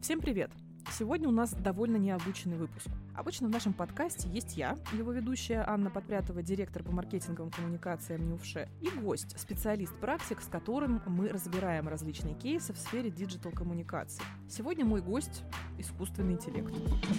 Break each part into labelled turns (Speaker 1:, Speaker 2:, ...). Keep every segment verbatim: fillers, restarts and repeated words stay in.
Speaker 1: Всем привет! Сегодня у нас довольно необычный выпуск. Обычно в нашем подкасте есть я, его ведущая Анна Подпрятова, директор по маркетинговым коммуникациям НИУФШЕ, и гость, специалист-практик, с которым мы разбираем различные кейсы в сфере диджитал-коммуникаций. Сегодня мой гость – искусственный интеллект.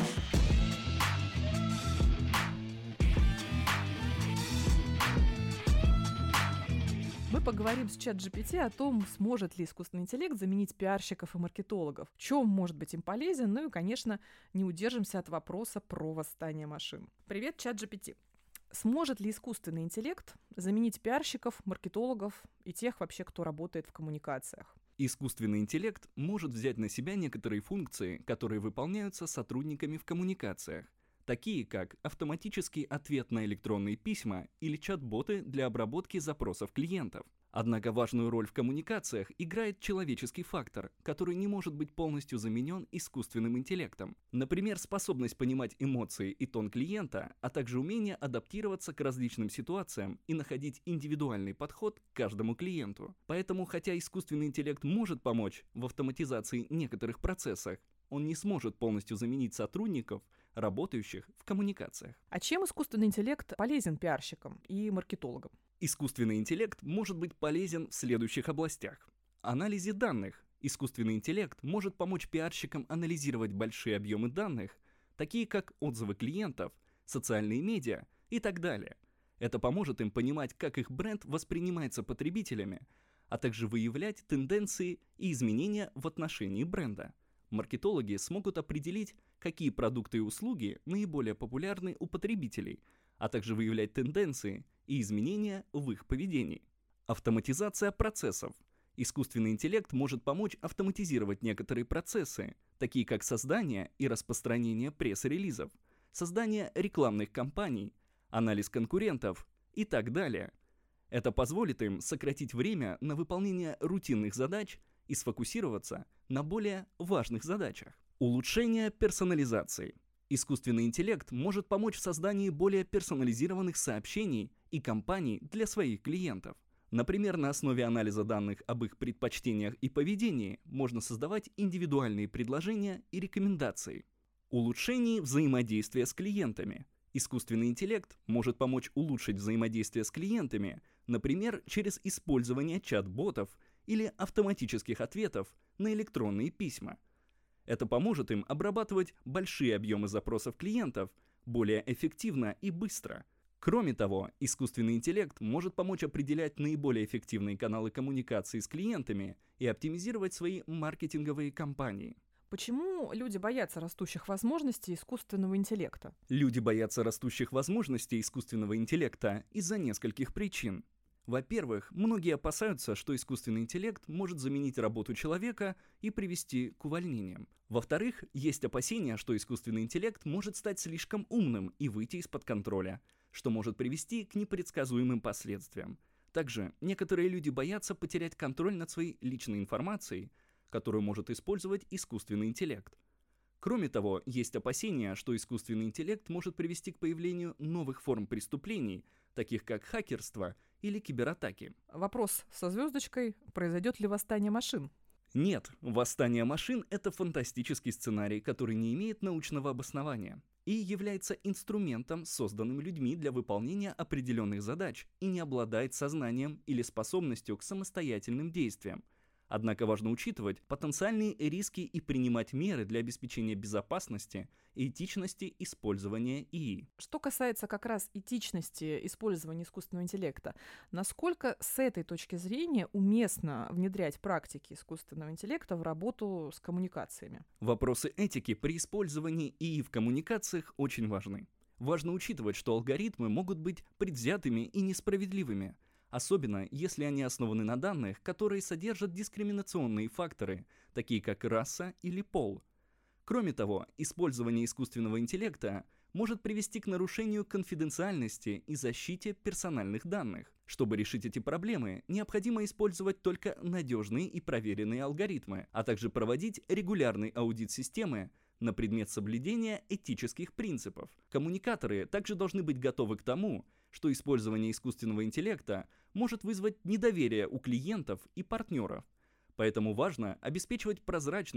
Speaker 1: Мы поговорим с ChatGPT о том, сможет ли искусственный интеллект заменить пиарщиков и маркетологов, в чем может быть им полезен, ну и, конечно, не удержимся от вопроса про восстание машин. Привет, ChatGPT. Сможет ли искусственный интеллект заменить пиарщиков, маркетологов и тех вообще, кто работает в коммуникациях?
Speaker 2: Искусственный интеллект может взять на себя некоторые функции, которые выполняются сотрудниками в коммуникациях, такие как автоматический ответ на электронные письма или чат-боты для обработки запросов клиентов. Однако важную роль в коммуникациях играет человеческий фактор, который не может быть полностью заменен искусственным интеллектом. Например, способность понимать эмоции и тон клиента, а также умение адаптироваться к различным ситуациям и находить индивидуальный подход к каждому клиенту. Поэтому, хотя искусственный интеллект может помочь в автоматизации некоторых процессов, он не сможет полностью заменить сотрудников, работающих в коммуникациях.
Speaker 1: А чем искусственный интеллект полезен пиарщикам и маркетологам?
Speaker 2: Искусственный интеллект может быть полезен в следующих областях. Анализе данных. Искусственный интеллект может помочь пиарщикам анализировать большие объемы данных, такие как отзывы клиентов, социальные медиа и так далее. Это поможет им понимать, как их бренд воспринимается потребителями, а также выявлять тенденции и изменения в отношении бренда. Маркетологи смогут определить, какие продукты и услуги наиболее популярны у потребителей, а также выявлять тенденции и изменения в их поведении. Автоматизация процессов. Искусственный интеллект может помочь автоматизировать некоторые процессы, такие как создание и распространение пресс-релизов, создание рекламных кампаний, анализ конкурентов и так далее. Это позволит им сократить время на выполнение рутинных задач и сфокусироваться на более важных задачах. Улучшение персонализации. Искусственный интеллект может помочь в создании более персонализированных сообщений и кампаний для своих клиентов. Например, на основе анализа данных об их предпочтениях и поведении можно создавать индивидуальные предложения и рекомендации. Улучшение взаимодействия с клиентами. Искусственный интеллект может помочь улучшить взаимодействие с клиентами, например, через использование чат-ботов или автоматических ответов на электронные письма. Это поможет им обрабатывать большие объемы запросов клиентов более эффективно и быстро. Кроме того, искусственный интеллект может помочь определять наиболее эффективные каналы коммуникации с клиентами и оптимизировать свои маркетинговые кампании.
Speaker 1: Почему люди боятся растущих возможностей искусственного интеллекта?
Speaker 2: Люди боятся растущих возможностей искусственного интеллекта из-за нескольких причин. Во-первых, многие опасаются, что искусственный интеллект может заменить работу человека и привести к увольнениям. Во-вторых, есть опасения, что искусственный интеллект может стать слишком умным и выйти из-под контроля, что может привести к непредсказуемым последствиям. Также некоторые люди боятся потерять контроль над своей личной информацией, которую может использовать искусственный интеллект. Кроме того, есть опасения, что искусственный интеллект может привести к появлению новых форм преступлений, таких как хакерство или кибератаки.
Speaker 1: Вопрос со звездочкой: произойдет ли восстание машин?
Speaker 2: Нет, восстание машин – это фантастический сценарий, который не имеет научного обоснования и является инструментом, созданным людьми для выполнения определенных задач и не обладает сознанием или способностью к самостоятельным действиям. Однако важно учитывать потенциальные риски и принимать меры для обеспечения безопасности и этичности использования ИИ.
Speaker 1: Что касается как раз этичности использования искусственного интеллекта, насколько с этой точки зрения уместно внедрять практики искусственного интеллекта в работу с коммуникациями?
Speaker 2: Вопросы этики при использовании ИИ в коммуникациях очень важны. Важно учитывать, что алгоритмы могут быть предвзятыми и несправедливыми, особенно если они основаны на данных, которые содержат дискриминационные факторы, такие как раса или пол. Кроме того, использование искусственного интеллекта может привести к нарушению конфиденциальности и защите персональных данных. Чтобы решить эти проблемы, необходимо использовать только надежные и проверенные алгоритмы, а также проводить регулярный аудит системы на предмет соблюдения этических принципов. Коммуникаторы также должны быть готовы к тому, что использование искусственного интеллекта может вызвать недоверие у клиентов и партнеров. Поэтому важно обеспечивать прозрачность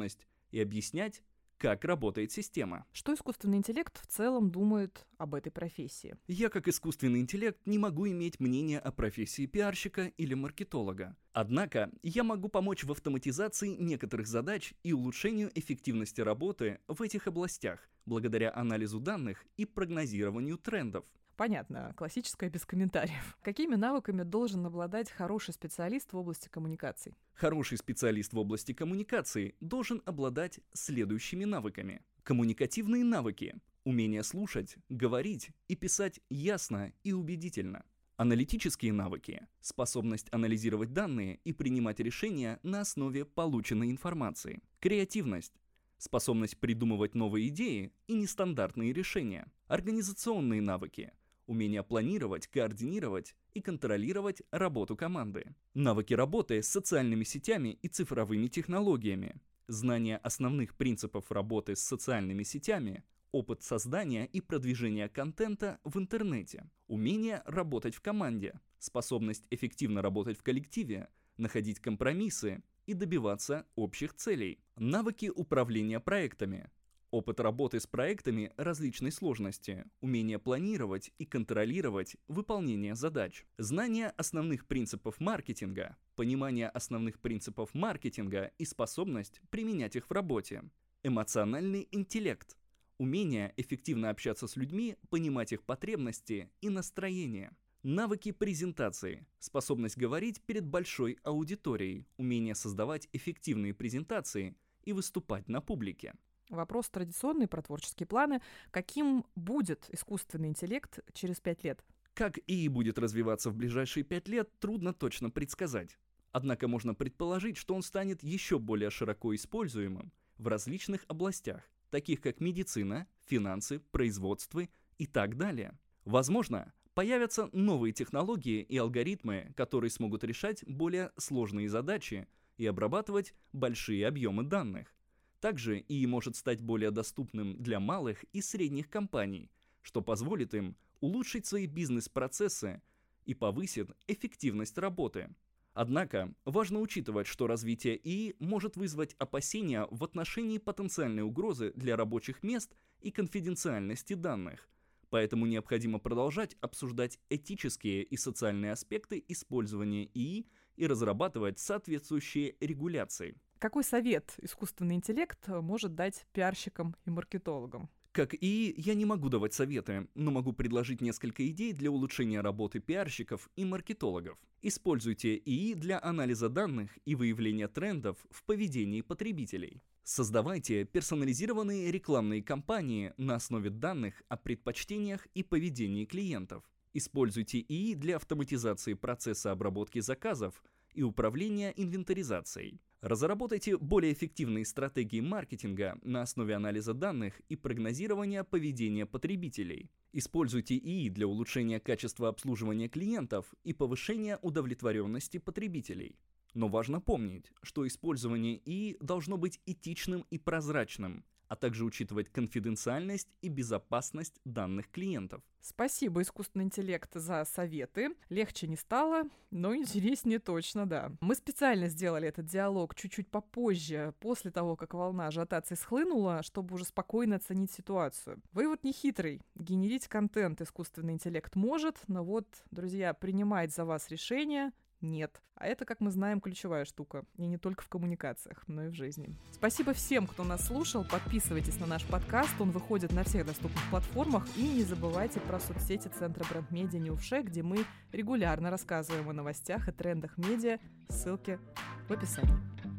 Speaker 2: и объяснять, как работает система.
Speaker 1: Что искусственный интеллект в целом думает об этой профессии?
Speaker 2: Я, как искусственный интеллект, не могу иметь мнение о профессии пиарщика или маркетолога. Однако, я могу помочь в автоматизации некоторых задач и улучшению эффективности работы в этих областях, благодаря анализу данных и прогнозированию трендов.
Speaker 1: Понятно, классическое без комментариев. Какими навыками должен обладать хороший специалист в области коммуникаций?
Speaker 2: Хороший специалист в области коммуникации должен обладать следующими навыками. Коммуникативные навыки. Умение слушать, говорить и писать ясно и убедительно. Аналитические навыки. Способность анализировать данные и принимать решения на основе полученной информации. Креативность. Способность придумывать новые идеи и нестандартные решения. Организационные навыки. Умение планировать, координировать и контролировать работу команды. Навыки работы с социальными сетями и цифровыми технологиями. Знание основных принципов работы с социальными сетями. Опыт создания и продвижения контента в интернете. Умение работать в команде. Способность эффективно работать в коллективе, находить компромиссы и добиваться общих целей. Навыки управления проектами. Опыт работы с проектами различной сложности, умение планировать и контролировать выполнение задач, знание основных принципов маркетинга, понимание основных принципов маркетинга и способность применять их в работе, эмоциональный интеллект, умение эффективно общаться с людьми, понимать их потребности и настроение, навыки презентации, способность говорить перед большой аудиторией, умение создавать эффективные презентации и выступать на публике.
Speaker 1: Вопрос традиционный про творческие планы. Каким будет искусственный интеллект через пять лет?
Speaker 2: Как ИИ будет развиваться в ближайшие пять лет, трудно точно предсказать. Однако можно предположить, что он станет еще более широко используемым в различных областях, таких как медицина, финансы, производство и так далее. Возможно, появятся новые технологии и алгоритмы, которые смогут решать более сложные задачи и обрабатывать большие объемы данных. Также ИИ может стать более доступным для малых и средних компаний, что позволит им улучшить свои бизнес-процессы и повысит эффективность работы. Однако важно учитывать, что развитие ИИ может вызвать опасения в отношении потенциальной угрозы для рабочих мест и конфиденциальности данных. Поэтому необходимо продолжать обсуждать этические и социальные аспекты использования ИИ и разрабатывать соответствующие регуляции.
Speaker 1: Какой совет искусственный интеллект может дать пиарщикам и маркетологам?
Speaker 2: Как ИИ, я не могу давать советы, но могу предложить несколько идей для улучшения работы пиарщиков и маркетологов. Используйте ИИ для анализа данных и выявления трендов в поведении потребителей. Создавайте персонализированные рекламные кампании на основе данных о предпочтениях и поведении клиентов. Используйте ИИ для автоматизации процесса обработки заказов и управления инвентаризацией. Разработайте более эффективные стратегии маркетинга на основе анализа данных и прогнозирования поведения потребителей. Используйте ИИ для улучшения качества обслуживания клиентов и повышения удовлетворенности потребителей. Но важно помнить, что использование ИИ должно быть этичным и прозрачным, а также учитывать конфиденциальность и безопасность данных клиентов.
Speaker 1: Спасибо, искусственный интеллект, за советы. Легче не стало, но интереснее точно, да. Мы специально сделали этот диалог чуть-чуть попозже, после того, как волна ажиотации схлынула, чтобы уже спокойно оценить ситуацию. Вывод нехитрый. Генерить контент искусственный интеллект может, но вот, друзья, принимать за вас решение нет. А это, как мы знаем, ключевая штука. И не только в коммуникациях, но и в жизни. Спасибо всем, кто нас слушал. Подписывайтесь на наш подкаст. Он выходит на всех доступных платформах. И не забывайте про соцсети Центра бренд-медиа Ньюшек, где мы регулярно рассказываем о новостях и трендах медиа. Ссылки в описании.